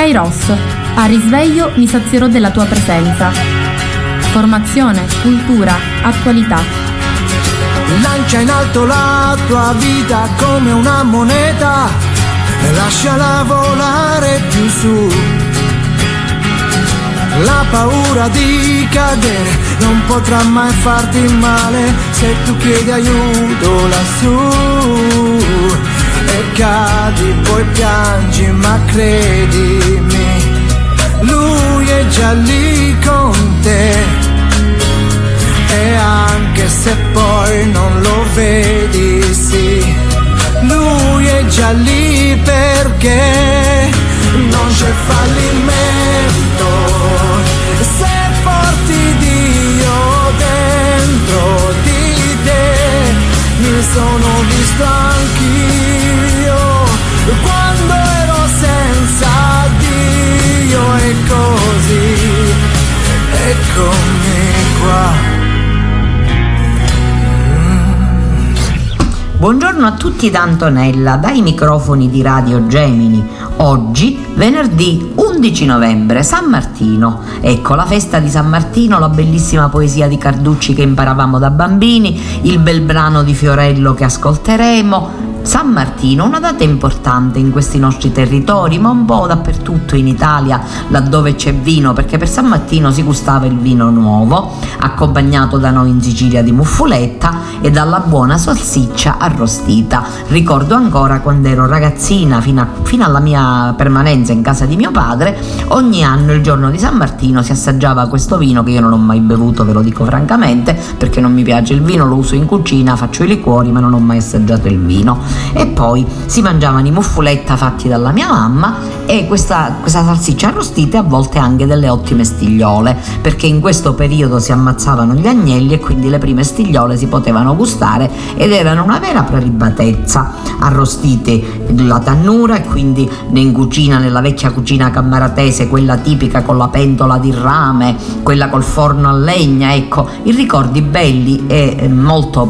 Kairos, a risveglio mi sazierò della tua presenza. Formazione, cultura, attualità. Lancia in alto la tua vita come una moneta e lasciala volare più su. La paura di cadere non potrà mai farti male se tu chiedi aiuto lassù. E cadi, poi piangi, ma credimi, lui è già lì con te. E anche se poi non lo vedi, sì, lui è già lì perché non c'è fallimento se porti Dio dentro di te. Mi sono visto anch'io quando ero senza Dio, e così eccomi qua. Buongiorno a tutti da Antonella, dai microfoni di Radio Gemini. Oggi, venerdì 11 novembre, San Martino. Ecco, la festa di San Martino, la bellissima poesia di Carducci che imparavamo da bambini, il bel brano di Fiorello che ascolteremo. San Martino, una data importante in questi nostri territori, ma un po' dappertutto in Italia, laddove c'è vino, perché per San Martino si gustava il vino nuovo, accompagnato da noi in Sicilia di muffuletta e dalla buona salsiccia arrostita. Ricordo ancora quando ero ragazzina, fino alla mia permanenza in casa di mio padre, ogni anno il giorno di San Martino si assaggiava questo vino che io non ho mai bevuto, ve lo dico francamente, perché non mi piace il vino, lo uso in cucina, faccio i liquori, ma non ho mai assaggiato il vino. E poi si mangiavano i muffuletta fatti dalla mia mamma e questa salsiccia arrostita, e a volte anche delle ottime stigliole, perché in questo periodo si ammazzavano gli agnelli e quindi le prime stigliole si potevano gustare ed erano una vera prelibatezza. Arrostite la tannura, e quindi in cucina, nella vecchia cucina cammaratese, quella tipica con la pentola di rame, quella col forno a legna, ecco, i ricordi belli e molto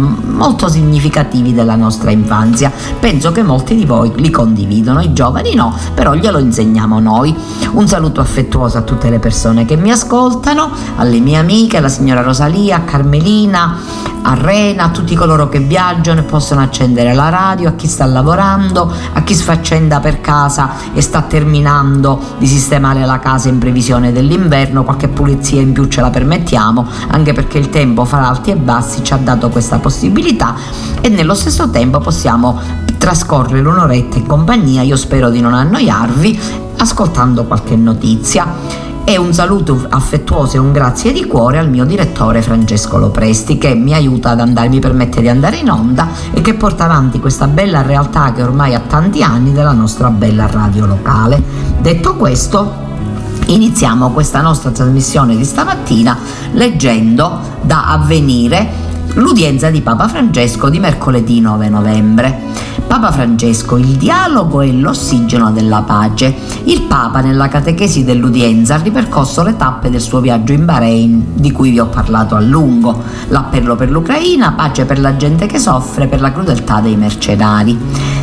significativi della nostra infanzia. Penso che molti di voi li condividono, i giovani no, però glielo insegniamo noi. Un saluto affettuoso a tutte le persone che mi ascoltano, alle mie amiche, alla signora Rosalia, a Carmelina, a Rena, a tutti coloro che viaggiano e possono accendere la radio, a chi sta lavorando, a chi sfaccenda per casa e sta terminando di sistemare la casa in previsione dell'inverno. Qualche pulizia in più ce la permettiamo, anche perché il tempo fra alti e bassi ci ha dato questa possibilità, e nello stesso tempo possiamo trascorrere un'oretta in compagnia, io spero di non annoiarvi, ascoltando qualche notizia. E un saluto affettuoso e un grazie di cuore al mio direttore Francesco Lopresti, che mi aiuta mi permette di andare in onda e che porta avanti questa bella realtà che ormai ha tanti anni della nostra bella radio locale. Detto questo, iniziamo questa nostra trasmissione di stamattina leggendo da Avvenire l'udienza di Papa Francesco di mercoledì 9 novembre. Papa Francesco, il dialogo è l'ossigeno della pace. Il Papa nella catechesi dell'udienza ha ripercorso le tappe del suo viaggio in Bahrain, di cui vi ho parlato a lungo. L'appello per l'Ucraina, pace per la gente che soffre per la crudeltà dei mercenari.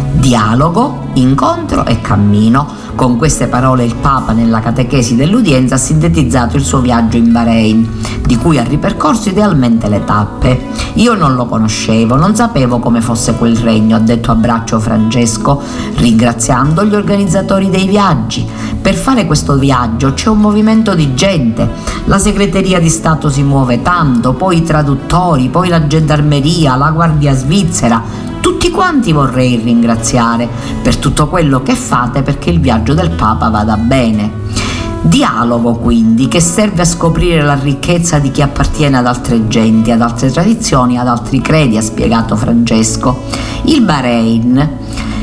Dialogo, incontro e cammino. Con queste parole il Papa nella catechesi dell'udienza ha sintetizzato il suo viaggio in Bahrain, di cui ha ripercorso idealmente le tappe. Io non lo conoscevo, non sapevo come fosse quel regno, ha detto a braccio Francesco, ringraziando gli organizzatori dei viaggi. Per fare questo viaggio c'è un movimento di gente, la segreteria di Stato si muove tanto, poi i traduttori, poi la gendarmeria, la Guardia Svizzera. Tutti quanti vorrei ringraziare per tutto quello che fate perché il viaggio del Papa vada bene. Dialogo quindi, che serve a scoprire la ricchezza di chi appartiene ad altre genti, ad altre tradizioni, ad altri credi, ha spiegato Francesco. Il Bahrain,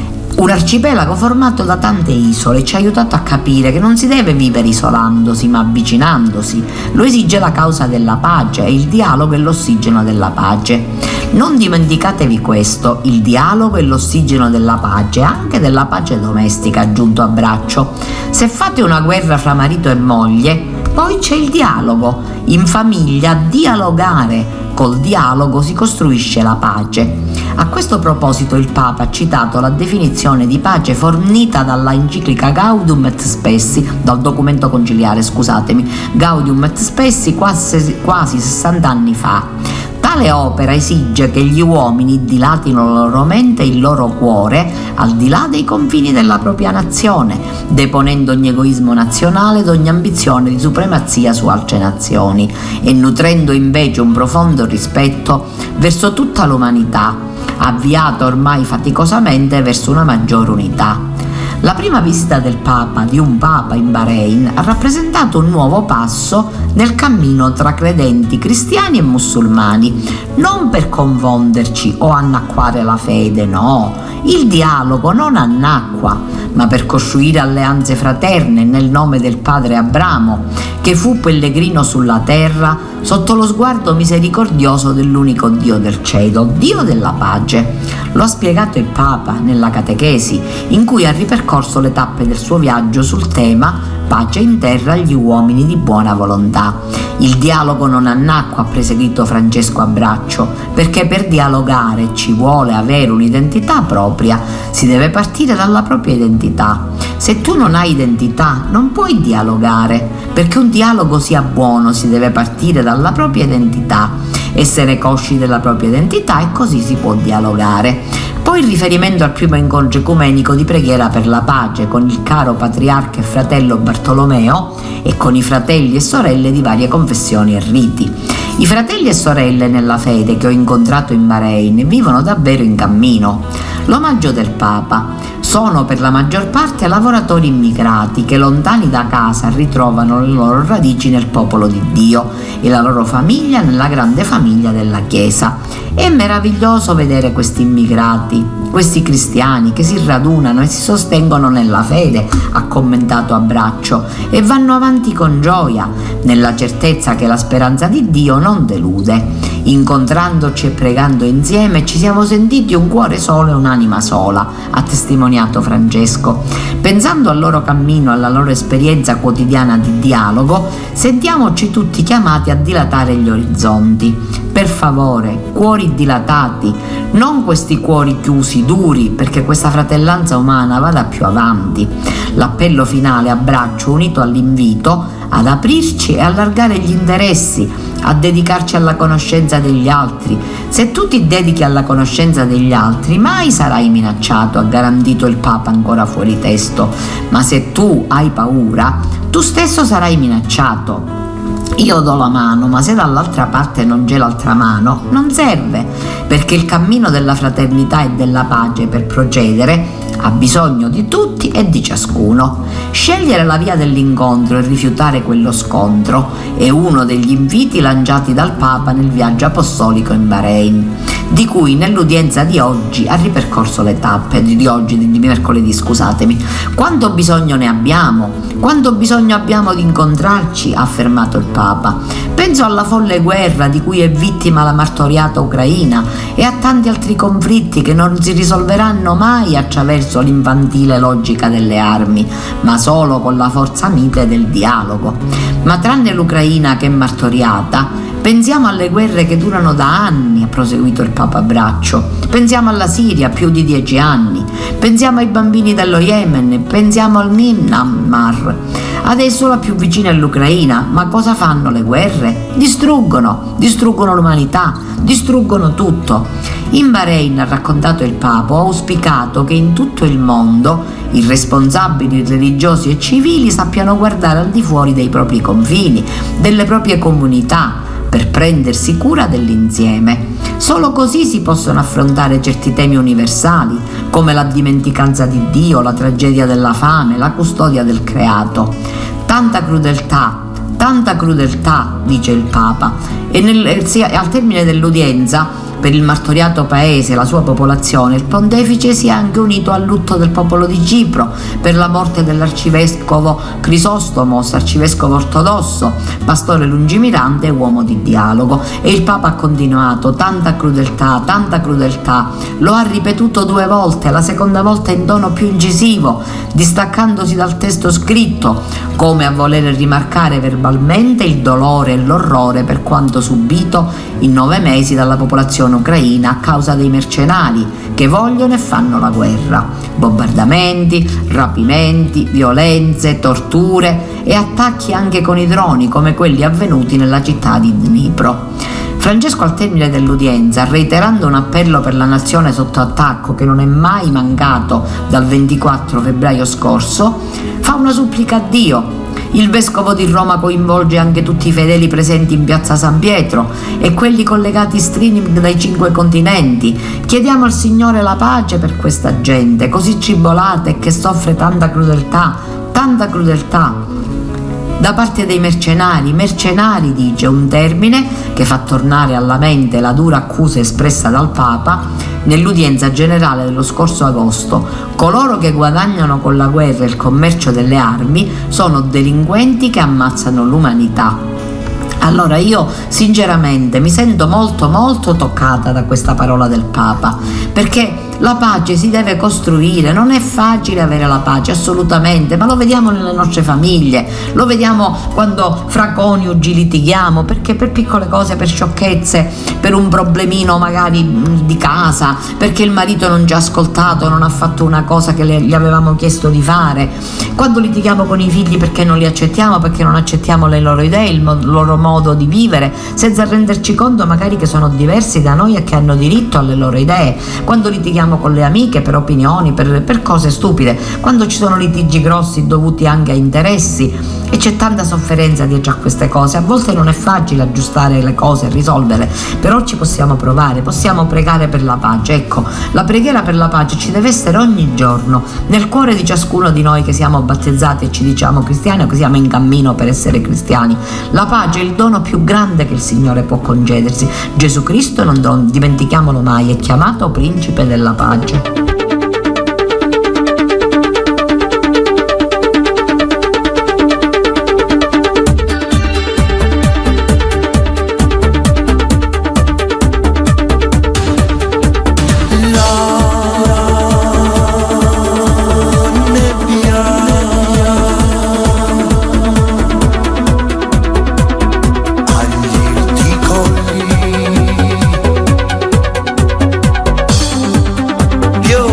un arcipelago formato da tante isole, ci ha aiutato a capire che non si deve vivere isolandosi ma avvicinandosi. Lo esige la causa della pace e il dialogo è l'ossigeno della pace. Non dimenticatevi questo, il dialogo è l'ossigeno della pace, anche della pace domestica, ha aggiunto a braccio. Se fate una guerra fra marito e moglie, poi c'è il dialogo. In famiglia dialogare, col dialogo si costruisce la pace. A questo proposito il Papa ha citato la definizione di pace fornita dalla enciclica Gaudium et Spes, dal documento conciliare, Gaudium et Spes quasi 60 anni fa. Tale opera esige che gli uomini dilatino la loro mente e il loro cuore al di là dei confini della propria nazione, deponendo ogni egoismo nazionale ed ogni ambizione di supremazia su altre nazioni e nutrendo invece un profondo rispetto verso tutta l'umanità, avviata ormai faticosamente verso una maggiore unità. La prima visita di un Papa in Bahrain ha rappresentato un nuovo passo nel cammino tra credenti cristiani e musulmani, non per confonderci o annacquare la fede, no, il dialogo non annacqua, ma per costruire alleanze fraterne nel nome del padre Abramo, che fu pellegrino sulla terra sotto lo sguardo misericordioso dell'unico Dio del cielo, Dio della pace. Lo ha spiegato il Papa nella catechesi, in cui ha ripercorso le tappe del suo viaggio sul tema pace in terra agli uomini di buona volontà. Il dialogo non annacqua, ha proseguito Francesco Abraccio, perché per dialogare ci vuole avere un'identità propria, si deve partire dalla propria identità. Se tu non hai identità non puoi dialogare, perché un dialogo sia buono si deve partire dalla propria identità, essere consci della propria identità e così si può dialogare. Poi il riferimento al primo incontro ecumenico di preghiera per la pace con il caro patriarca e fratello Bartolomeo e con i fratelli e sorelle di varie confessioni e riti. I fratelli e sorelle nella fede che ho incontrato in Bahrain vivono davvero in cammino. L'omaggio del Papa sono per la maggior parte lavoratori immigrati che lontani da casa ritrovano le loro radici nel popolo di Dio e la loro famiglia nella grande famiglia della Chiesa. È meraviglioso vedere questi immigrati, questi cristiani che si radunano e si sostengono nella fede, ha commentato Abraccio, e vanno avanti con gioia, nella certezza che la speranza di Dio non delude. Incontrandoci e pregando insieme ci siamo sentiti un cuore solo e un'anima sola, ha testimoniato Francesco. Pensando al loro cammino, alla loro esperienza quotidiana di dialogo, sentiamoci tutti chiamati a dilatare gli orizzonti. Per favore, cuori dilatati, non questi cuori chiusi, duri, perché questa fratellanza umana vada più avanti. L'appello finale, Abraccio, unito all'invito ad aprirci e allargare gli interessi, a dedicarci alla conoscenza degli altri. Se tu ti dedichi alla conoscenza degli altri, mai sarai minacciato, ha garantito il Papa ancora fuori testo, ma se tu hai paura, tu stesso sarai minacciato. Io do la mano, ma se dall'altra parte non c'è l'altra mano, non serve, perché il cammino della fraternità e della pace per procedere ha bisogno di tutti e di ciascuno. Scegliere la via dell'incontro e rifiutare quello scontro è uno degli inviti lanciati dal Papa nel viaggio apostolico in Bahrain, di cui nell'udienza di oggi ha ripercorso le tappe, di mercoledì. Quanto bisogno ne abbiamo? Quanto bisogno abbiamo di incontrarci, ha affermato il Papa. Penso alla folle guerra di cui è vittima la martoriata Ucraina e a tanti altri conflitti che non si risolveranno mai attraverso l'infantile logica delle armi, ma solo con la forza mite del dialogo. Ma tranne l'Ucraina che è martoriata, pensiamo alle guerre che durano da anni, ha proseguito il Papa Abraccio. Pensiamo alla Siria, più di 10 anni. Pensiamo ai bambini dello Yemen, pensiamo al Myanmar. Adesso la più vicina è l'Ucraina, ma cosa fanno le guerre? Distruggono l'umanità, distruggono tutto. In Bahrain, ha raccontato il Papa, ha auspicato che in tutto il mondo i responsabili religiosi e civili sappiano guardare al di fuori dei propri confini, delle proprie comunità, per prendersi cura dell'insieme. Solo così si possono affrontare certi temi universali, come la dimenticanza di Dio, la tragedia della fame, la custodia del creato. Tanta crudeltà, dice il Papa, e al termine dell'udienza per il martoriato paese e la sua popolazione, il pontefice si è anche unito al lutto del popolo di Cipro per la morte dell'arcivescovo Crisostomos, arcivescovo ortodosso, pastore lungimirante e uomo di dialogo. E il Papa ha continuato: tanta crudeltà, lo ha ripetuto 2 volte, la seconda volta in tono più incisivo, distaccandosi dal testo scritto, come a voler rimarcare verbalmente il dolore e l'orrore per quanto subito in 9 mesi dalla popolazione zona ucraina a causa dei mercenari che vogliono e fanno la guerra. Bombardamenti, rapimenti, violenze, torture e attacchi anche con i droni come quelli avvenuti nella città di Dnipro. Francesco, al termine dell'udienza, reiterando un appello per la nazione sotto attacco che non è mai mancato dal 24 febbraio scorso, fa una supplica a Dio. Il vescovo di Roma coinvolge anche tutti i fedeli presenti in piazza San Pietro e quelli collegati streaming dai 5 continenti. Chiediamo al Signore la pace per questa gente così cibolata e che soffre tanta crudeltà da parte dei mercenari. Mercenari, dice, un termine che fa tornare alla mente la dura accusa espressa dal Papa nell'udienza generale dello scorso agosto. Coloro che guadagnano con la guerra e il commercio delle armi sono delinquenti che ammazzano l'umanità. Allora io sinceramente mi sento molto toccata da questa parola del Papa, perché la pace si deve costruire, non è facile avere la pace, assolutamente, ma lo vediamo nelle nostre famiglie, lo vediamo quando fra coniugi litighiamo, perché per piccole cose, per sciocchezze, per un problemino magari di casa, perché il marito non ci ha ascoltato, non ha fatto una cosa che gli avevamo chiesto di fare, quando litighiamo con i figli perché non li accettiamo, perché non accettiamo le loro idee, il loro modo di vivere, senza renderci conto magari che sono diversi da noi e che hanno diritto alle loro idee, quando litighiamo con le amiche per opinioni, per cose stupide, quando ci sono litigi grossi dovuti anche a interessi, e c'è tanta sofferenza dietro a queste cose. A volte non è facile aggiustare le cose e risolverle, però ci possiamo provare, possiamo pregare per la pace. Ecco, la preghiera per la pace ci deve essere ogni giorno nel cuore di ciascuno di noi che siamo battezzati e ci diciamo cristiani o che siamo in cammino per essere cristiani. La pace è il dono più grande che il Signore può concedersi. Gesù Cristo, non dimentichiamolo mai, è chiamato principe della pace. Io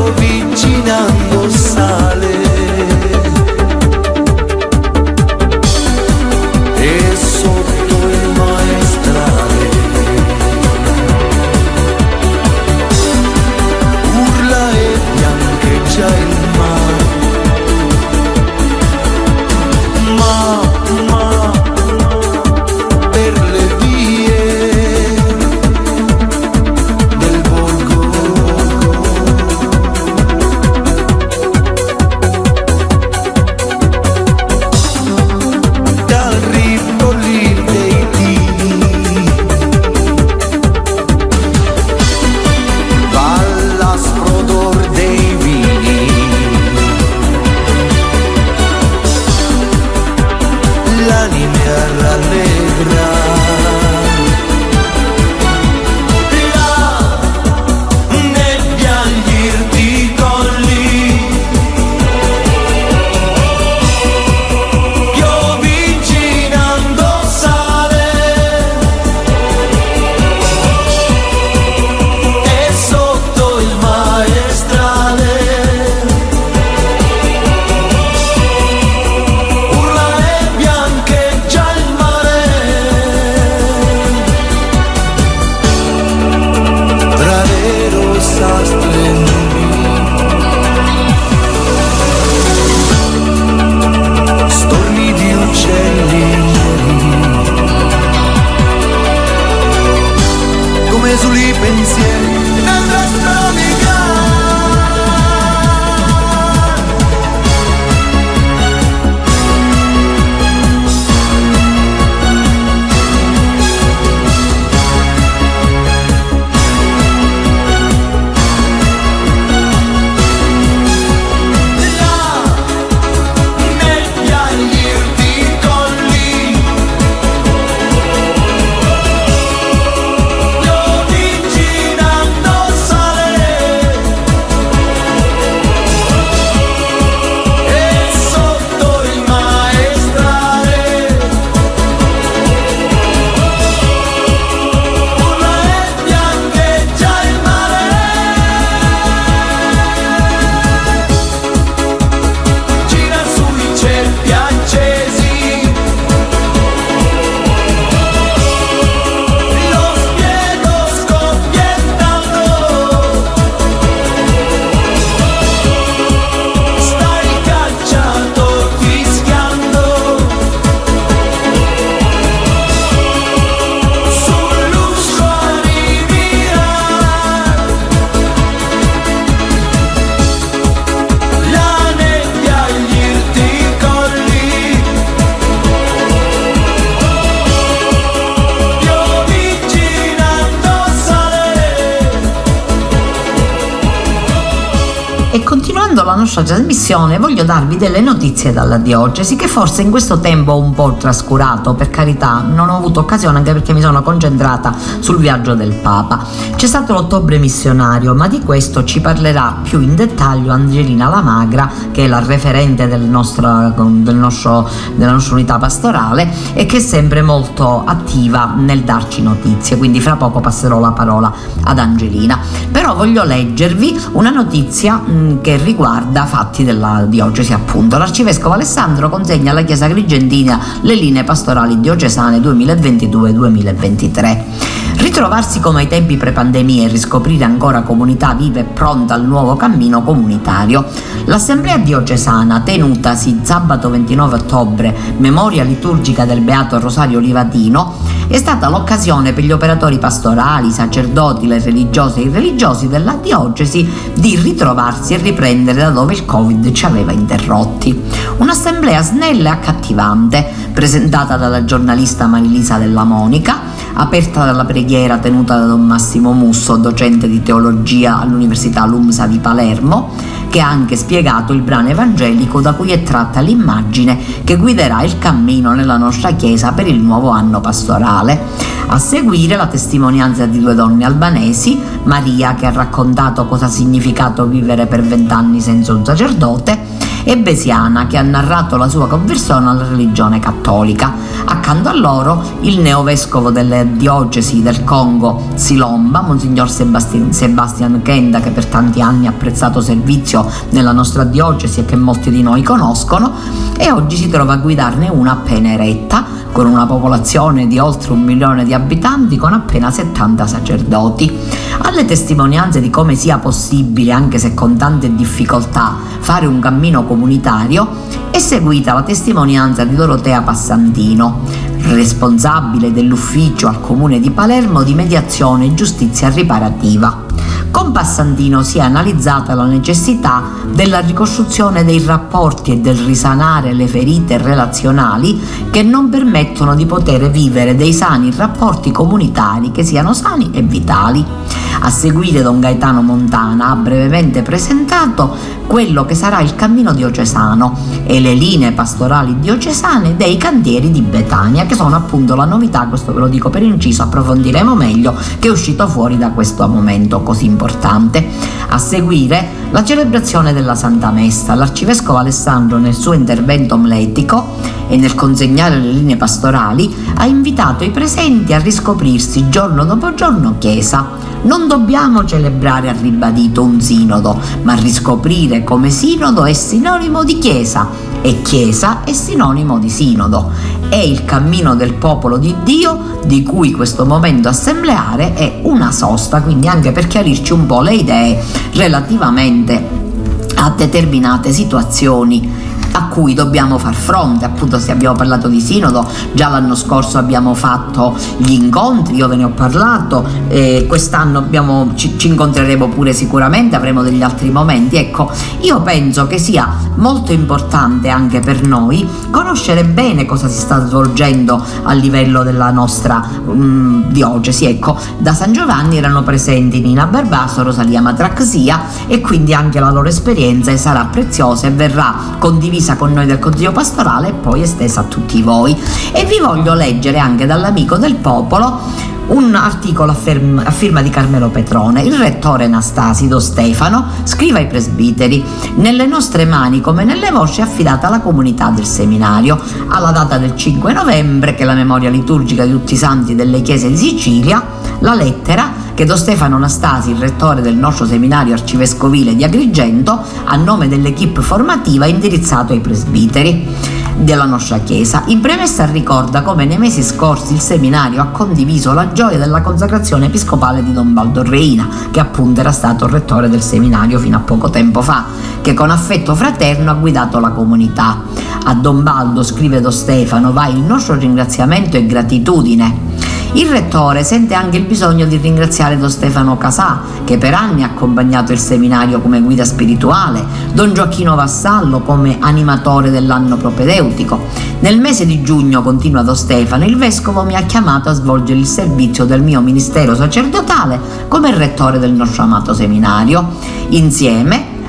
la nostra trasmissione voglio darvi delle notizie dalla diocesi che forse in questo tempo ho un po' trascurato, per carità, non ho avuto occasione anche perché mi sono concentrata sul viaggio del Papa. C'è stato l'ottobre missionario, ma di questo ci parlerà più in dettaglio Angelina Lamagra, che è la referente della nostra unità pastorale e che è sempre molto attiva nel darci notizie, quindi fra poco passerò la parola ad Angelina. Però voglio leggervi una notizia che riguarda fatti della diocesi, appunto. L'arcivescovo Alessandro consegna alla Chiesa Agrigentina le linee pastorali diocesane 2022-2023. Ritrovarsi come ai tempi pre-pandemia e riscoprire ancora comunità vive e pronta al nuovo cammino comunitario. L'assemblea diocesana, tenutasi sabato 29 ottobre, memoria liturgica del Beato Rosario Livatino, è stata l'occasione per gli operatori pastorali, sacerdoti, le religiose e i religiosi della diocesi di ritrovarsi e riprendere da dove il Covid ci aveva interrotti. Un'assemblea snella e accattivante, presentata dalla giornalista Marilisa Della Monica, aperta dalla preghiera tenuta da Don Massimo Musso, docente di teologia all'Università LUMSA di Palermo, che ha anche spiegato il brano evangelico da cui è tratta l'immagine che guiderà il cammino nella nostra Chiesa per il nuovo anno pastorale. A seguire la testimonianza di due donne albanesi, Maria, che ha raccontato cosa ha significato vivere per 20 anni senza un sacerdote, e Besiana, che ha narrato la sua conversione alla religione cattolica. Accanto a loro il neovescovo delle diocesi del Congo Silomba, Monsignor Sebastian Kenda, che per tanti anni ha prestato servizio nella nostra diocesi e che molti di noi conoscono, e oggi si trova a guidarne una appena eretta, con una popolazione di oltre 1 milione di abitanti, con appena 70 sacerdoti. Alle testimonianze di come sia possibile, anche se con tante difficoltà, fare un cammino comunitario, è seguita la testimonianza di Dorotea Passantino, responsabile dell'ufficio al Comune di Palermo di mediazione e giustizia riparativa. Con Passantino si è analizzata la necessità della ricostruzione dei rapporti e del risanare le ferite relazionali che non permettono di poter vivere dei sani rapporti comunitari che siano sani e vitali. A seguire Don Gaetano Montana ha brevemente presentato quello che sarà il cammino diocesano e le linee pastorali diocesane dei cantieri di Betania, che sono appunto la novità, questo ve lo dico per inciso, approfondiremo meglio, che è uscito fuori da questo momento così importante. A seguire la celebrazione della Santa Messa. L'arcivescovo Alessandro, nel suo intervento omiletico e nel consegnare le linee pastorali, ha invitato i presenti a riscoprirsi giorno dopo giorno Chiesa. Non dobbiamo celebrare, ha ribadito, un sinodo, ma riscoprire come sinodo è sinonimo di Chiesa e Chiesa è sinonimo di sinodo. È il cammino del popolo di Dio di cui questo momento assembleare è una sosta, quindi anche per chiarirci un po' le idee relativamente a determinate situazioni a cui dobbiamo far fronte. Appunto, se abbiamo parlato di sinodo, già l'anno scorso abbiamo fatto gli incontri, io ve ne ho parlato, quest'anno ci incontreremo pure sicuramente, avremo degli altri momenti. Ecco, io penso che sia molto importante anche per noi conoscere bene cosa si sta svolgendo a livello della nostra diocesi. Ecco, da San Giovanni erano presenti Nina Barbaso, Rosalia Matraxia, e quindi anche la loro esperienza sarà preziosa e verrà condivisa con noi del Consiglio Pastorale e poi estesa a tutti voi. E vi voglio leggere anche dall'Amico del Popolo un articolo a firma di Carmelo Petrone. Il rettore Anastasi Stefano scrive ai presbiteri: nelle nostre mani come nelle vostre è affidata la comunità del seminario. Alla data del 5 novembre, che è la memoria liturgica di tutti i santi delle chiese di Sicilia, la lettera che Don Stefano Anastasi, il rettore del nostro seminario arcivescovile di Agrigento, a nome dell'equipe formativa ha indirizzato ai presbiteri della nostra Chiesa. In premessa ricorda come nei mesi scorsi il seminario ha condiviso la gioia della consacrazione episcopale di Don Baldo Reina, che appunto era stato il rettore del seminario fino a poco tempo fa, che con affetto fraterno ha guidato la comunità. A Don Baldo, scrive Don Stefano, va il nostro ringraziamento e gratitudine. Il rettore sente anche il bisogno di ringraziare Don Stefano Casà, che per anni ha accompagnato il seminario come guida spirituale, Don Gioacchino Vassallo come animatore dell'anno propedeutico. Nel mese di giugno, continua Don Stefano, il vescovo mi ha chiamato a svolgere il servizio del mio ministero sacerdotale come rettore del nostro amato seminario. Insieme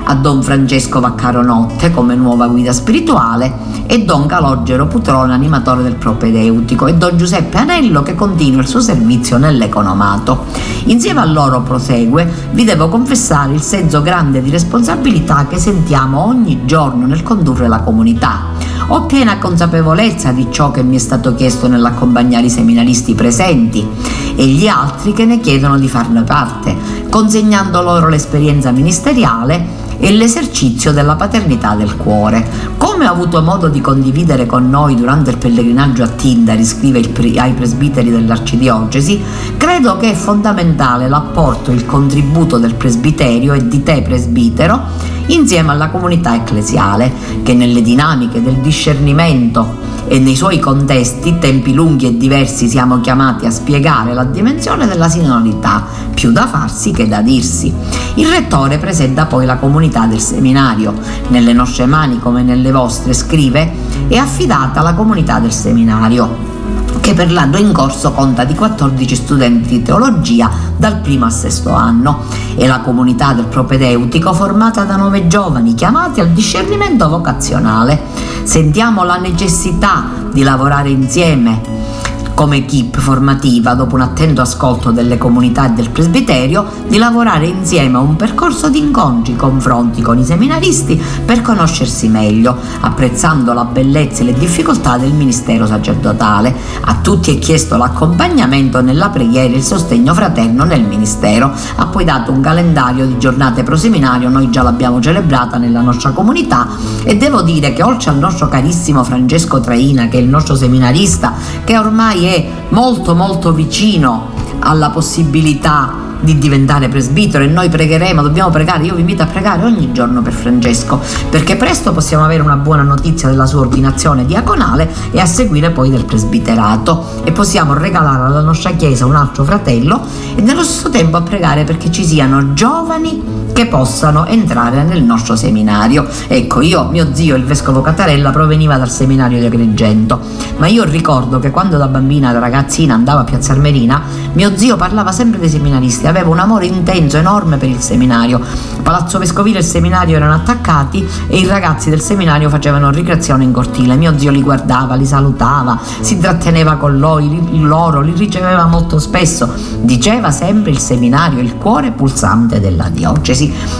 a Don Francesco Vaccaronotte come nuova guida spirituale e Don Calogero Putrone, animatore del propedeutico, e Don Giuseppe Anello che continua il suo servizio nell'economato. Insieme a loro prosegue: vi devo confessare il senso grande di responsabilità che sentiamo ogni giorno nel condurre la comunità. Ho piena consapevolezza di ciò che mi è stato chiesto nell'accompagnare i seminaristi presenti e gli altri che ne chiedono di farne parte, consegnando loro l'esperienza ministeriale e l'esercizio della paternità del cuore. Come ho avuto modo di condividere con noi durante il pellegrinaggio a Tindari, scrive ai presbiteri dell'arcidiocesi, credo che è fondamentale l'apporto, il contributo del presbiterio e di te presbitero insieme alla comunità ecclesiale, che nelle dinamiche del discernimento e nei suoi contesti, tempi lunghi e diversi, siamo chiamati a spiegare la dimensione della sinodalità, più da farsi che da dirsi. Il rettore presenta poi la comunità del seminario. Nelle nostre mani come nelle vostre, scrive, è affidata alla comunità del seminario, che per l'anno in corso conta di 14 studenti di teologia dal primo al sesto anno, e la comunità del propedeutico formata da 9 giovani chiamati al discernimento vocazionale. Sentiamo la necessità di lavorare insieme come equipe formativa, dopo un attento ascolto delle comunità e del presbiterio, di lavorare insieme a un percorso di incontri, confronti con i seminaristi per conoscersi meglio, apprezzando la bellezza e le difficoltà del ministero sacerdotale. A tutti è chiesto l'accompagnamento nella preghiera e il sostegno fraterno nel ministero. Ha poi dato un calendario di giornate pro seminario, noi già l'abbiamo celebrata nella nostra comunità, e devo dire che oltre al nostro carissimo Francesco Traina, che è il nostro seminarista, che ormai è molto vicino alla possibilità di diventare presbitero, e noi pregheremo, dobbiamo pregare, io vi invito a pregare ogni giorno per Francesco, perché presto possiamo avere una buona notizia della sua ordinazione diaconale e a seguire poi del presbiterato, e possiamo regalare alla nostra chiesa un altro fratello, e nello stesso tempo a pregare perché ci siano giovani che possano entrare nel nostro seminario. Ecco, mio zio, il vescovo Catarella, proveniva dal seminario di Agrigento, ma io ricordo che quando da bambina, da ragazzina, andavo a Piazza Armerina, mio zio parlava sempre dei seminaristi, aveva un amore intenso, enorme per il seminario. Palazzo Vescovile e il seminario erano attaccati e i ragazzi del seminario facevano ricreazione in cortile. Mio zio li guardava, li salutava, si intratteneva con loro, li riceveva molto spesso. Diceva sempre: il seminario è il cuore pulsante della diocesi.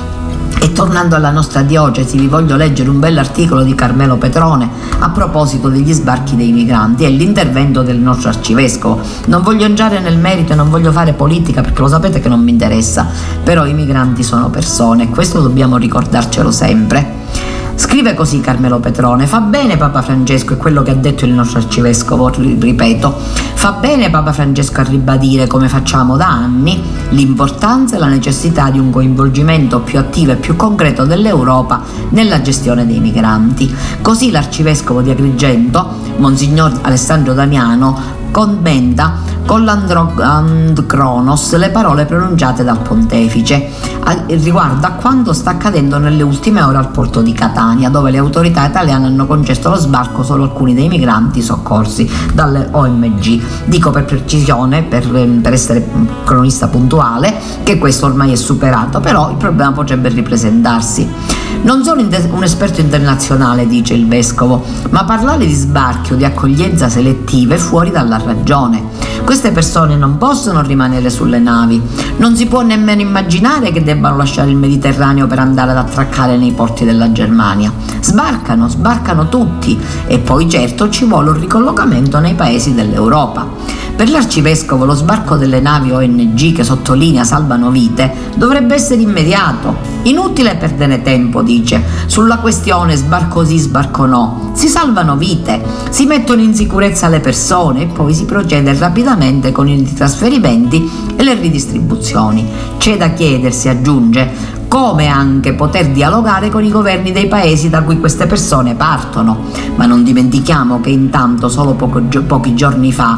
E tornando alla nostra diocesi, vi voglio leggere un bell'articolo di Carmelo Petrone a proposito degli sbarchi dei migranti e l'intervento del nostro arcivescovo. Non voglio entrare nel merito e non voglio fare politica, perché lo sapete che non mi interessa, però i migranti sono persone e questo dobbiamo ricordarcelo sempre. Scrive così Carmelo Petrone: fa bene Papa Francesco, è quello che ha detto il nostro arcivescovo, ripeto, fa bene Papa Francesco a ribadire, come facciamo da anni, l'importanza e la necessità di un coinvolgimento più attivo e più concreto dell'Europa nella gestione dei migranti. Così l'arcivescovo di Agrigento, Monsignor Alessandro Damiano, commenta con l'Androchronos le parole pronunciate dal pontefice riguardo a quanto sta accadendo nelle ultime ore al porto di Catania, dove le autorità italiane hanno concesso lo sbarco solo alcuni dei migranti soccorsi dalle ONG. Dico per precisione, per essere cronista puntuale, che questo ormai è superato, però il problema potrebbe ripresentarsi. Non sono un esperto internazionale, dice il vescovo, ma parlare di sbarchi o di accoglienza selettiva è fuori dalla ragione. Queste persone non possono rimanere sulle navi, non si può nemmeno immaginare che debbano lasciare il Mediterraneo per andare ad attraccare nei porti della Germania. Sbarcano tutti, e poi certo ci vuole un ricollocamento nei paesi dell'Europa. Per l'arcivescovo lo sbarco delle navi ONG, che sottolinea salvano vite, dovrebbe essere immediato. Inutile perdere tempo, dice, sulla questione sbarco sì, sbarco no. Si salvano vite, si mettono in sicurezza le persone e poi si procede rapidamente con i trasferimenti e le ridistribuzioni. C'è da chiedersi, aggiunge, come anche poter dialogare con i governi dei paesi da cui queste persone partono. Ma non dimentichiamo che intanto solo pochi giorni fa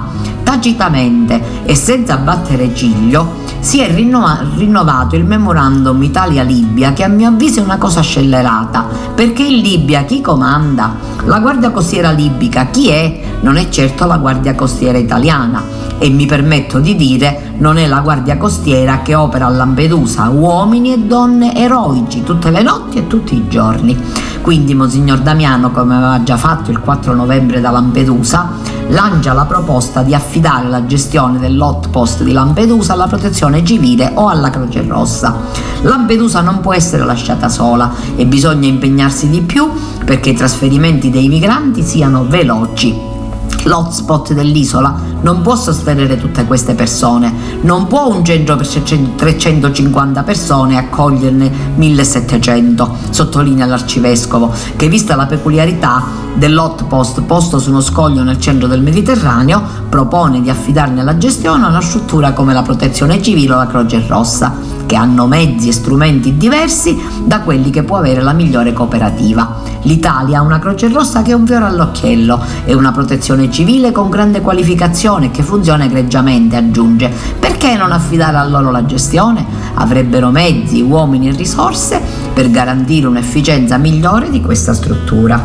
tacitamente e senza battere ciglio si è rinnovato il memorandum Italia-Libia, che a mio avviso è una cosa scellerata, perché in Libia chi comanda? La Guardia Costiera libica chi è? Non è certo la Guardia Costiera italiana, e mi permetto di dire non è la Guardia Costiera che opera a Lampedusa, uomini e donne eroici tutte le notti e tutti i giorni. Quindi Monsignor Damiano, come aveva già fatto il 4 novembre da Lampedusa, lancia la proposta di affidare la gestione dell'hotpost di Lampedusa alla Protezione Civile o alla Croce Rossa. Lampedusa non può essere lasciata sola e bisogna impegnarsi di più perché i trasferimenti dei migranti siano veloci. L'hotspot dell'isola non può sostenere tutte queste persone, non può un centro per 350 persone accoglierne 1700, sottolinea l'arcivescovo, che vista la peculiarità dell'hotpost posto su uno scoglio nel centro del Mediterraneo propone di affidarne la gestione a una struttura come la Protezione Civile o la Croce Rossa, che hanno mezzi e strumenti diversi da quelli che può avere la migliore cooperativa. L'Italia ha una Croce Rossa che è un fiore all'occhiello e una Protezione Civile con grande qualificazione che funziona egregiamente, aggiunge. Perché non affidare a loro la gestione? Avrebbero mezzi, uomini e risorse per garantire un'efficienza migliore di questa struttura.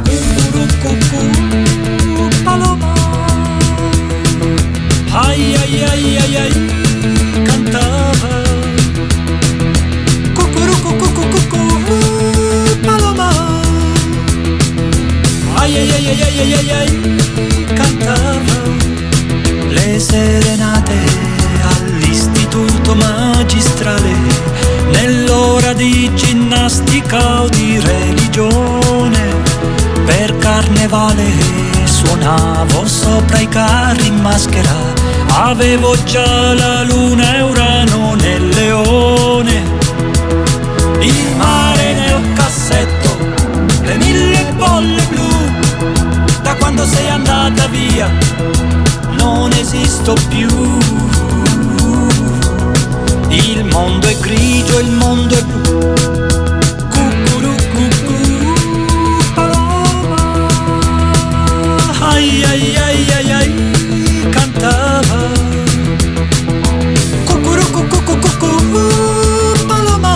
Ai ai ai ai ai, cantava. Paloma. Ai ai ai ai ai ai ai, cantava. Le serenate all'istituto magistrale, nell'ora di ginnastica o di religione, per carnevale suonavo sopra i carri in maschera, avevo già la luna e Urano nel leone, il mare nel cassetto, le 1000 bolle blu, da quando sei andata via non esisto più, il mondo è grigio, il mondo è blu. Ai ai ai ai ai, cantava. Paloma.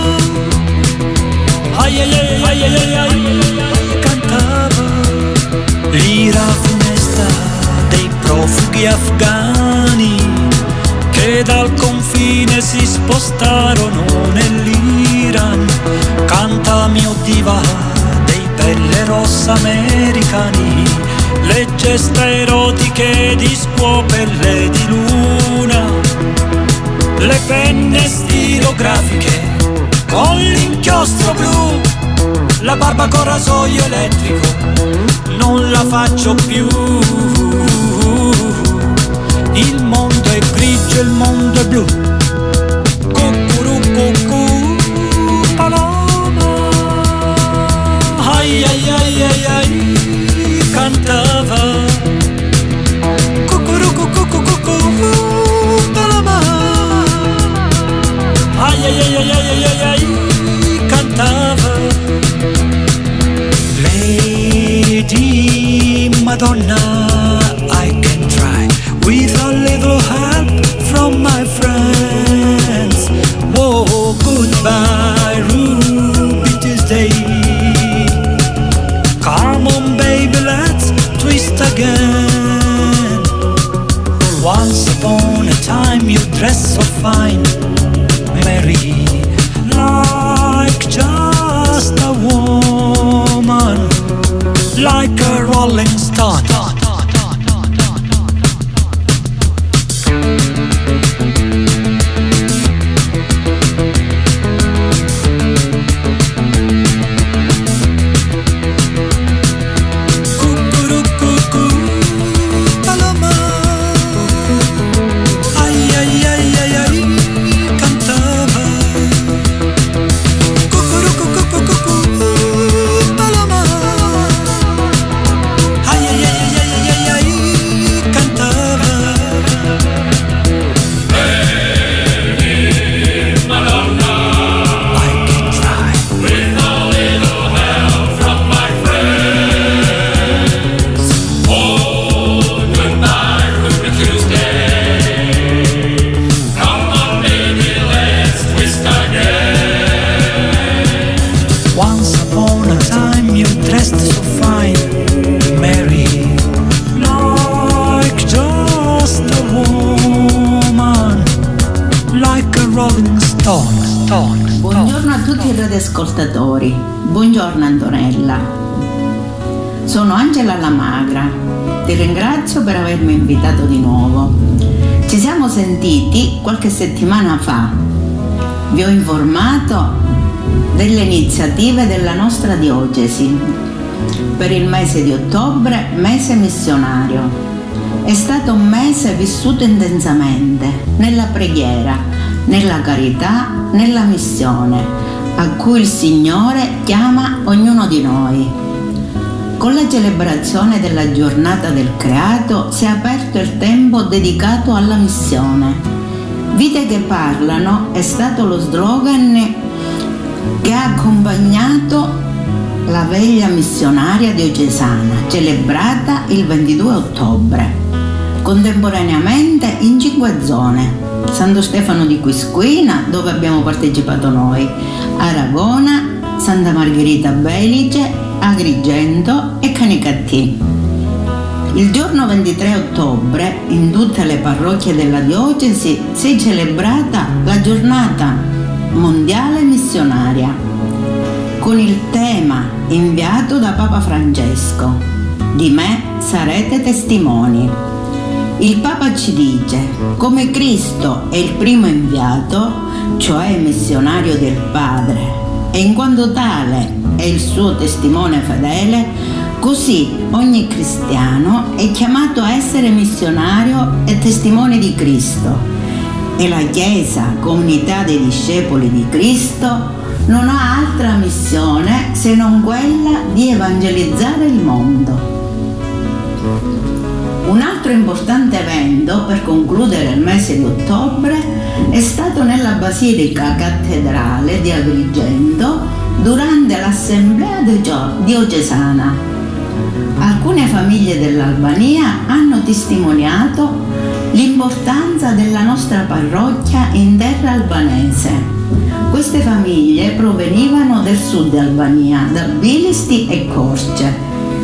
Ai ai ai ai ai ai, cantava. L'ira funesta dei profughi afghani che dal confine si spostarono nell'Iran. Canta mio diva dei pelle rossa americani, le gesta erotiche di scuopelle di luna, le penne stilografiche con l'inchiostro blu, la barba con rasoio elettrico non la faccio più, il mondo è grigio, il mondo è blu. Cucurucucu, paloma. Ai ai ai ai ai, cantava. Cucurucucucucu, paloma. Ai ai ai ai ai ai ai, cantava. Lady Madonna, I can try with a little help from my friends. Whoa, goodbye Ruby Tuesday. Come on baby, let's twist again. Once upon a time you dressed so fine, Mary, like just a woman, like a rolling stone. Antonella. Sono Angela Lamagra. Ti ringrazio per avermi invitato di nuovo. Ci siamo sentiti qualche settimana fa. Vi ho informato delle iniziative della nostra diocesi per il mese di ottobre, mese missionario. È stato un mese vissuto intensamente nella preghiera, nella carità, nella missione, a cui il Signore chiama ognuno di noi. Con la celebrazione della giornata del creato si è aperto il tempo dedicato alla missione. Vite che parlano è stato lo slogan che ha accompagnato la veglia missionaria diocesana, celebrata il 22 ottobre, contemporaneamente in 5 zone: Santo Stefano di Quisquina, dove abbiamo partecipato noi, Aragona, Santa Margherita Belice, Agrigento e Canicattì. Il giorno 23 ottobre, in tutte le parrocchie della diocesi, si è celebrata la giornata mondiale missionaria, con il tema inviato da Papa Francesco: di me sarete testimoni. Il Papa ci dice: come Cristo è il primo inviato, cioè missionario del Padre, e in quanto tale è il suo testimone fedele, così ogni cristiano è chiamato a essere missionario e testimone di Cristo. E la Chiesa, comunità dei discepoli di Cristo, non ha altra missione se non quella di evangelizzare il mondo. Un altro importante evento per concludere il mese di ottobre è stato nella Basilica Cattedrale di Agrigento durante l'assemblea diocesana. Alcune famiglie dell'Albania hanno testimoniato l'importanza della nostra parrocchia in terra albanese. Queste famiglie provenivano del sud Albania, da Bilisti e Korçë,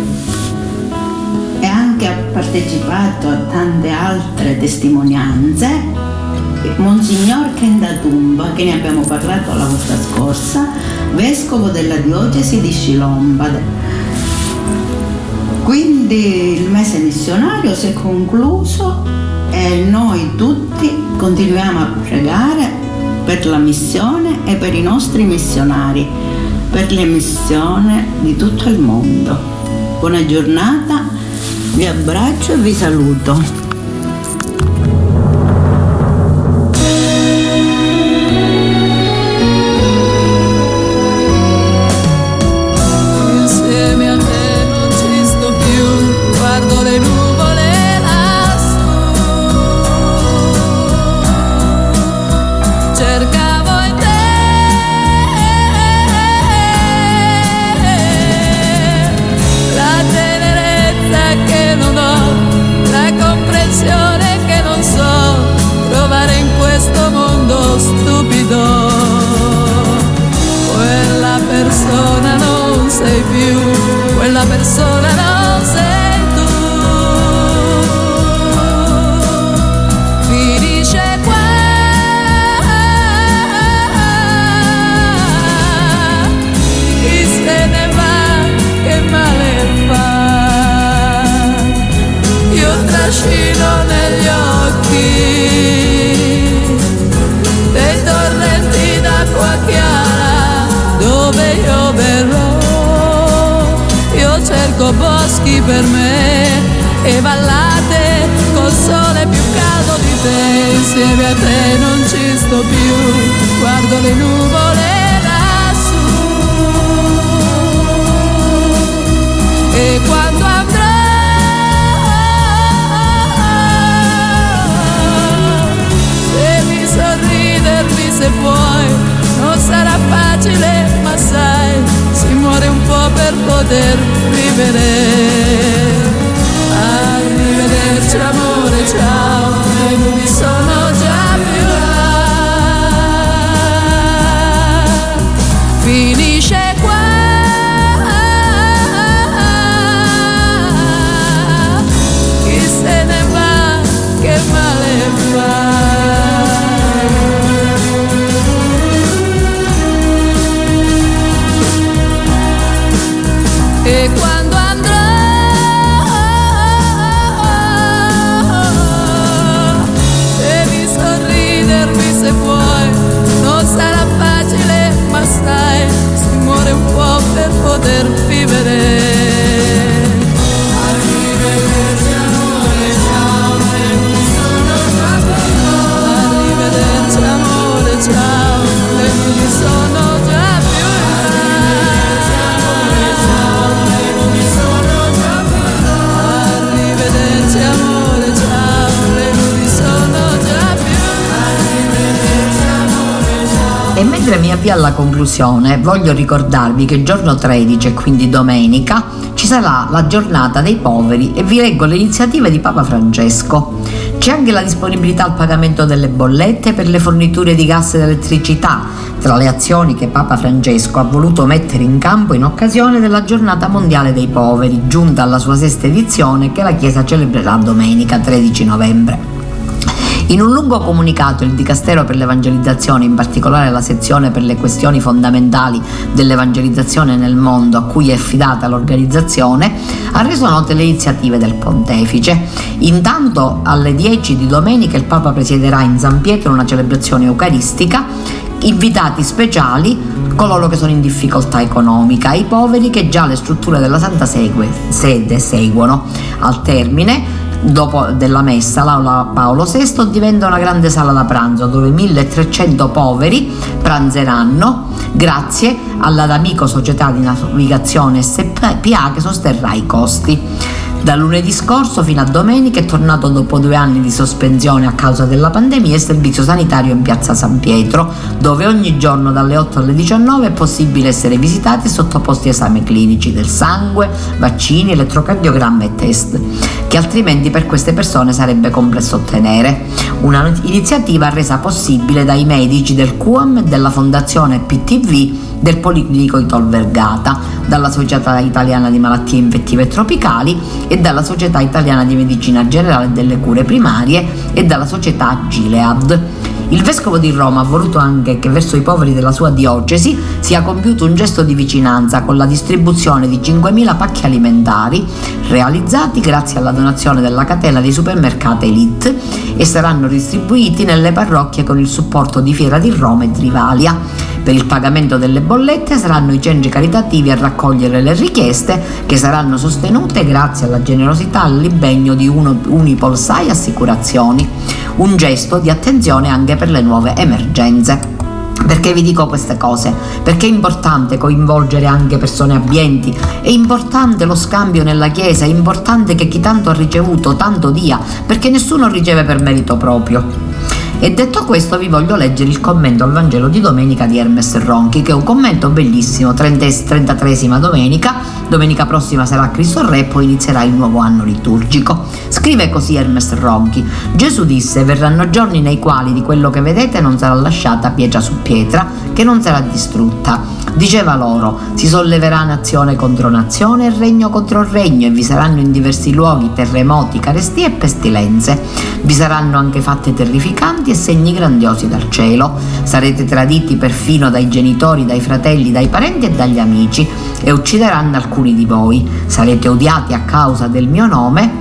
e anche ha partecipato a tante altre testimonianze Monsignor Kendatumba, che ne abbiamo parlato la volta scorsa, vescovo della diocesi di Shilomba. Quindi il mese missionario si è concluso e noi tutti continuiamo a pregare per la missione e per i nostri missionari, per le missioni di tutto il mondo. Buona giornata, vi abbraccio e vi saluto. Quella persona non sei tu. Finisce qua, chi se ne va che male fa. Io trascino negli occhi dei torrenti d'acqua chiara dove io verrò. Cerco boschi per me e vallate col sole più caldo di te. Insieme a te non ci sto più, guardo le nuvole lassù. E quando andrò, devi sorridermi se puoi. Non sarà facile, ma sai, si muore un po' per poter vivere. Arrivederci amore, ciao, le nubi sono già più là. Finisce qua, chi se ne va che male fa. avvio alla conclusione, voglio ricordarvi che il giorno 13, e quindi domenica, ci sarà la giornata dei poveri e vi leggo le iniziative di Papa Francesco. C'è anche la disponibilità al pagamento delle bollette per le forniture di gas ed elettricità, tra le azioni che Papa Francesco ha voluto mettere in campo in occasione della Giornata Mondiale dei Poveri, giunta alla sua 6ª edizione, che la Chiesa celebrerà domenica 13 novembre. In un lungo comunicato il Dicastero per l'Evangelizzazione, in particolare la sezione per le questioni fondamentali dell'evangelizzazione nel mondo a cui è affidata l'organizzazione, ha reso note le iniziative del Pontefice. Intanto alle 10 di domenica il Papa presiederà in San Pietro una celebrazione eucaristica, invitati speciali coloro che sono in difficoltà economica, i poveri che già le strutture della Santa Sede seguono. Al termine dopo della messa, l'aula Paolo VI diventa una grande sala da pranzo dove 1300 poveri pranzeranno grazie alla D'Amico Società di Navigazione SPA che sosterrà i costi. Da lunedì scorso fino a domenica è tornato, dopo 2 anni di sospensione a causa della pandemia, il servizio sanitario in piazza San Pietro, dove ogni giorno dalle 8 alle 19 è possibile essere visitati e sottoposti a esami clinici del sangue, vaccini, elettrocardiogramma e test, che altrimenti per queste persone sarebbe complesso ottenere. Una iniziativa resa possibile dai medici del QAM e della Fondazione PTV del Policlinico di Tor Vergata, dalla Società Italiana di Malattie Infettive e Tropicali e dalla Società Italiana di Medicina Generale e delle Cure Primarie e dalla Società Gilead. Il Vescovo di Roma ha voluto anche che verso i poveri della sua diocesi sia compiuto un gesto di vicinanza con la distribuzione di 5.000 pacchi alimentari realizzati grazie alla donazione della catena dei supermercati Elite e saranno distribuiti nelle parrocchie con il supporto di Fiera di Roma e di Rivalia. Per il pagamento delle bollette saranno i centri caritativi a raccogliere le richieste, che saranno sostenute grazie alla generosità e all'impegno di Unipolsai Assicurazioni. Un gesto di attenzione anche per le nuove emergenze. Perché vi dico queste cose? Perché è importante coinvolgere anche persone abbienti, è importante lo scambio nella Chiesa, è importante che chi tanto ha ricevuto tanto dia, perché nessuno riceve per merito proprio. E detto questo vi voglio leggere il commento al Vangelo di domenica di Hermes Ronchi, che è un commento bellissimo, 33esima domenica prossima sarà Cristo Re, poi inizierà il nuovo anno liturgico. Scrive così Hermes Ronchi: Gesù disse: verranno giorni nei quali di quello che vedete non sarà lasciata pietra su pietra, che non sarà distrutta. Diceva loro: si solleverà nazione contro nazione e regno contro regno, e vi saranno in diversi luoghi terremoti, carestie e pestilenze. Vi saranno anche fatti terrificanti e segni grandiosi dal cielo. Sarete traditi perfino dai genitori, dai fratelli, dai parenti e dagli amici, e uccideranno alcuni di voi. Sarete odiati a causa del mio nome,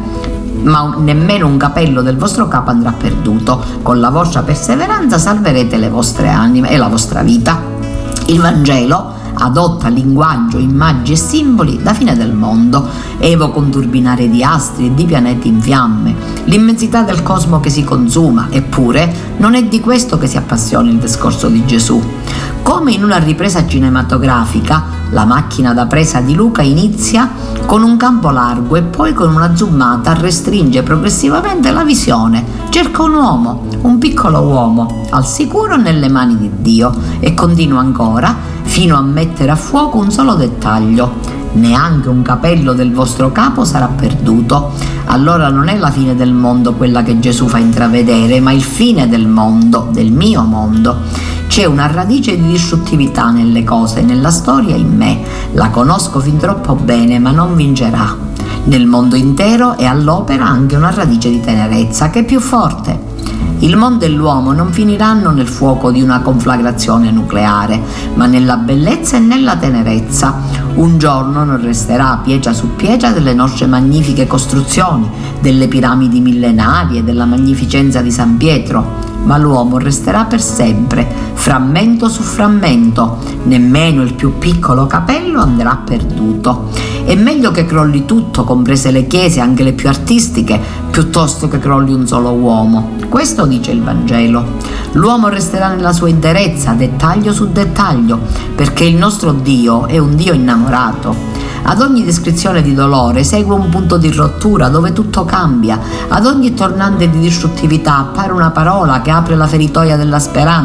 ma nemmeno un capello del vostro capo andrà perduto. Con la vostra perseveranza salverete le vostre anime e la vostra vita. Il Vangelo adotta linguaggio, immagini e simboli da fine del mondo. Evoca un turbinare di astri e di pianeti in fiamme, l'immensità del cosmo che si consuma, eppure non è di questo che si appassiona il discorso di Gesù. Come in una ripresa cinematografica, la macchina da presa di Luca inizia con un campo largo e poi con una zoomata restringe progressivamente la visione. Cerca un uomo, un piccolo uomo, al sicuro nelle mani di Dio, e continua ancora fino a mettere a fuoco un solo dettaglio. Neanche un capello del vostro capo sarà perduto. Allora non è la fine del mondo quella che Gesù fa intravedere, ma il fine del mondo, del mio mondo. C'è una radice di distruttività nelle cose, nella storia, in me. La conosco fin troppo bene, ma non vincerà. Nel mondo intero è all'opera anche una radice di tenerezza che è più forte. Il mondo e l'uomo non finiranno nel fuoco di una conflagrazione nucleare, ma nella bellezza e nella tenerezza. Un giorno non resterà pietra su pietra delle nostre magnifiche costruzioni, delle piramidi millenarie, della magnificenza di San Pietro, ma l'uomo resterà per sempre, frammento su frammento. Nemmeno il più piccolo capello andrà perduto. È meglio che crolli tutto, comprese le chiese, anche le più artistiche, piuttosto che crolli un solo uomo. Questo dice il Vangelo. L'uomo resterà nella sua interezza, dettaglio su dettaglio, perché il nostro Dio è un Dio innamorato. Ad ogni descrizione di dolore segue un punto di rottura dove tutto cambia. Ad ogni tornante di distruttività appare una parola che apre la feritoia della speranza.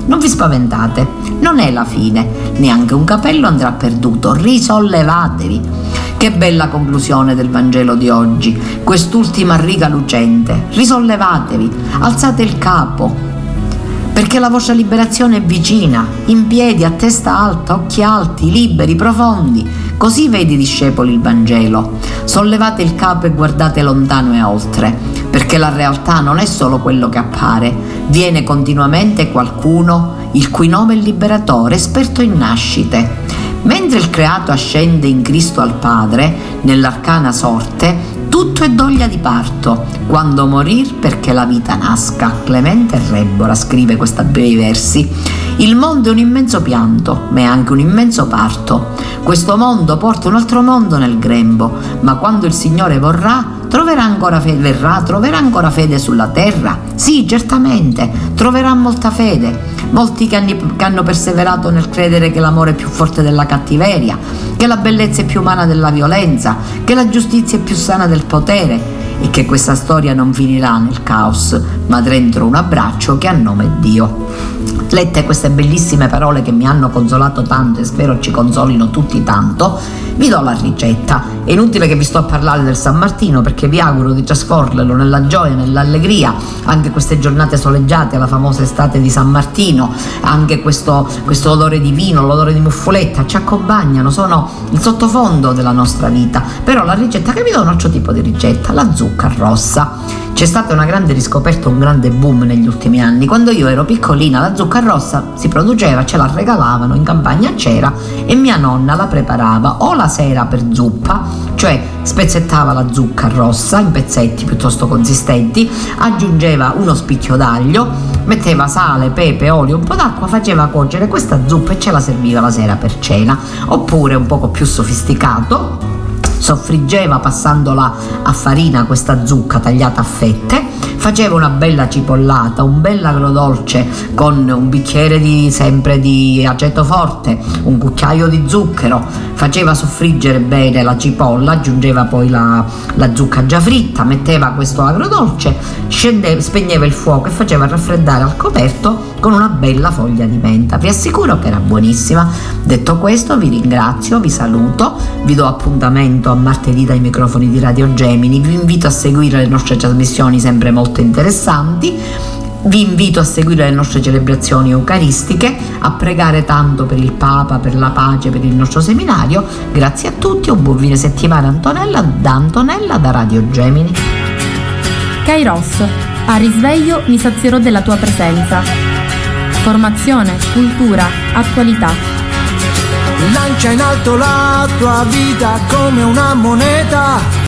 Non vi spaventate, non è la fine, neanche un capello andrà perduto, risollevatevi. Che bella conclusione del Vangelo di oggi, quest'ultima riga lucente. Risollevatevi, alzate il capo, perché la vostra liberazione è vicina, in piedi, a testa alta, occhi alti, liberi, profondi. Così vede i discepoli il Vangelo. Sollevate il capo e guardate lontano e oltre, perché la realtà non è solo quello che appare, viene continuamente qualcuno il cui nome è liberatore, esperto in nascite. Mentre il creato ascende in Cristo al Padre, nell'arcana sorte, tutto è doglia di parto, quando morir perché la vita nasca. Clemente Rebbora scrive questi bei versi. Il mondo è un immenso pianto, ma è anche un immenso parto. Questo mondo porta un altro mondo nel grembo, ma quando il Signore verrà, troverà ancora fede sulla terra? Sì, certamente, troverà molta fede. Molti che hanno perseverato nel credere che l'amore è più forte della cattiveria, che la bellezza è più umana della violenza, che la giustizia è più sana del potere, e che questa storia non finirà nel caos, ma dentro un abbraccio che ha nome Dio. Lette queste bellissime parole che mi hanno consolato tanto e spero ci consolino tutti tanto, vi do la ricetta. È inutile che vi sto a parlare del San Martino, perché vi auguro di trascorrerlo nella gioia, nell'allegria, anche queste giornate soleggiate, la famosa estate di San Martino, anche questo odore di vino, l'odore di muffoletta ci accompagnano, sono il sottofondo della nostra vita. Però la ricetta che vi do è un altro tipo di ricetta, la zucca rossa. C'è stata una grande riscoperta, un grande boom negli ultimi anni. Quando io ero piccolina la zucca rossa si produceva, ce la regalavano, in campagna c'era, e mia nonna la preparava o la sera per zuppa, cioè spezzettava la zucca rossa in pezzetti piuttosto consistenti, aggiungeva uno spicchio d'aglio, metteva sale, pepe, olio, un po' d'acqua, faceva cuocere questa zuppa e ce la serviva la sera per cena. Oppure, un poco più sofisticato, soffriggeva passandola a farina questa zucca tagliata a fette, faceva una bella cipollata, un bel agrodolce con un bicchiere sempre di aceto forte, un cucchiaio di zucchero, faceva soffriggere bene la cipolla, aggiungeva poi la zucca già fritta, metteva questo agrodolce, spegneva il fuoco e faceva raffreddare al coperto con una bella foglia di menta. Vi assicuro che era buonissima. Detto questo, vi ringrazio, vi saluto, vi do appuntamento a martedì dai microfoni di Radio Gemini, vi invito a seguire le nostre trasmissioni sempre molto interessanti, vi invito a seguire le nostre celebrazioni eucaristiche, a pregare tanto per il Papa, per la pace, per il nostro seminario. Grazie a tutti, un buon fine settimana. Antonella da Radio Gemini. Kairos, a risveglio mi sazierò della tua presenza. Formazione, cultura, attualità. Lancia in alto la tua vita come una moneta.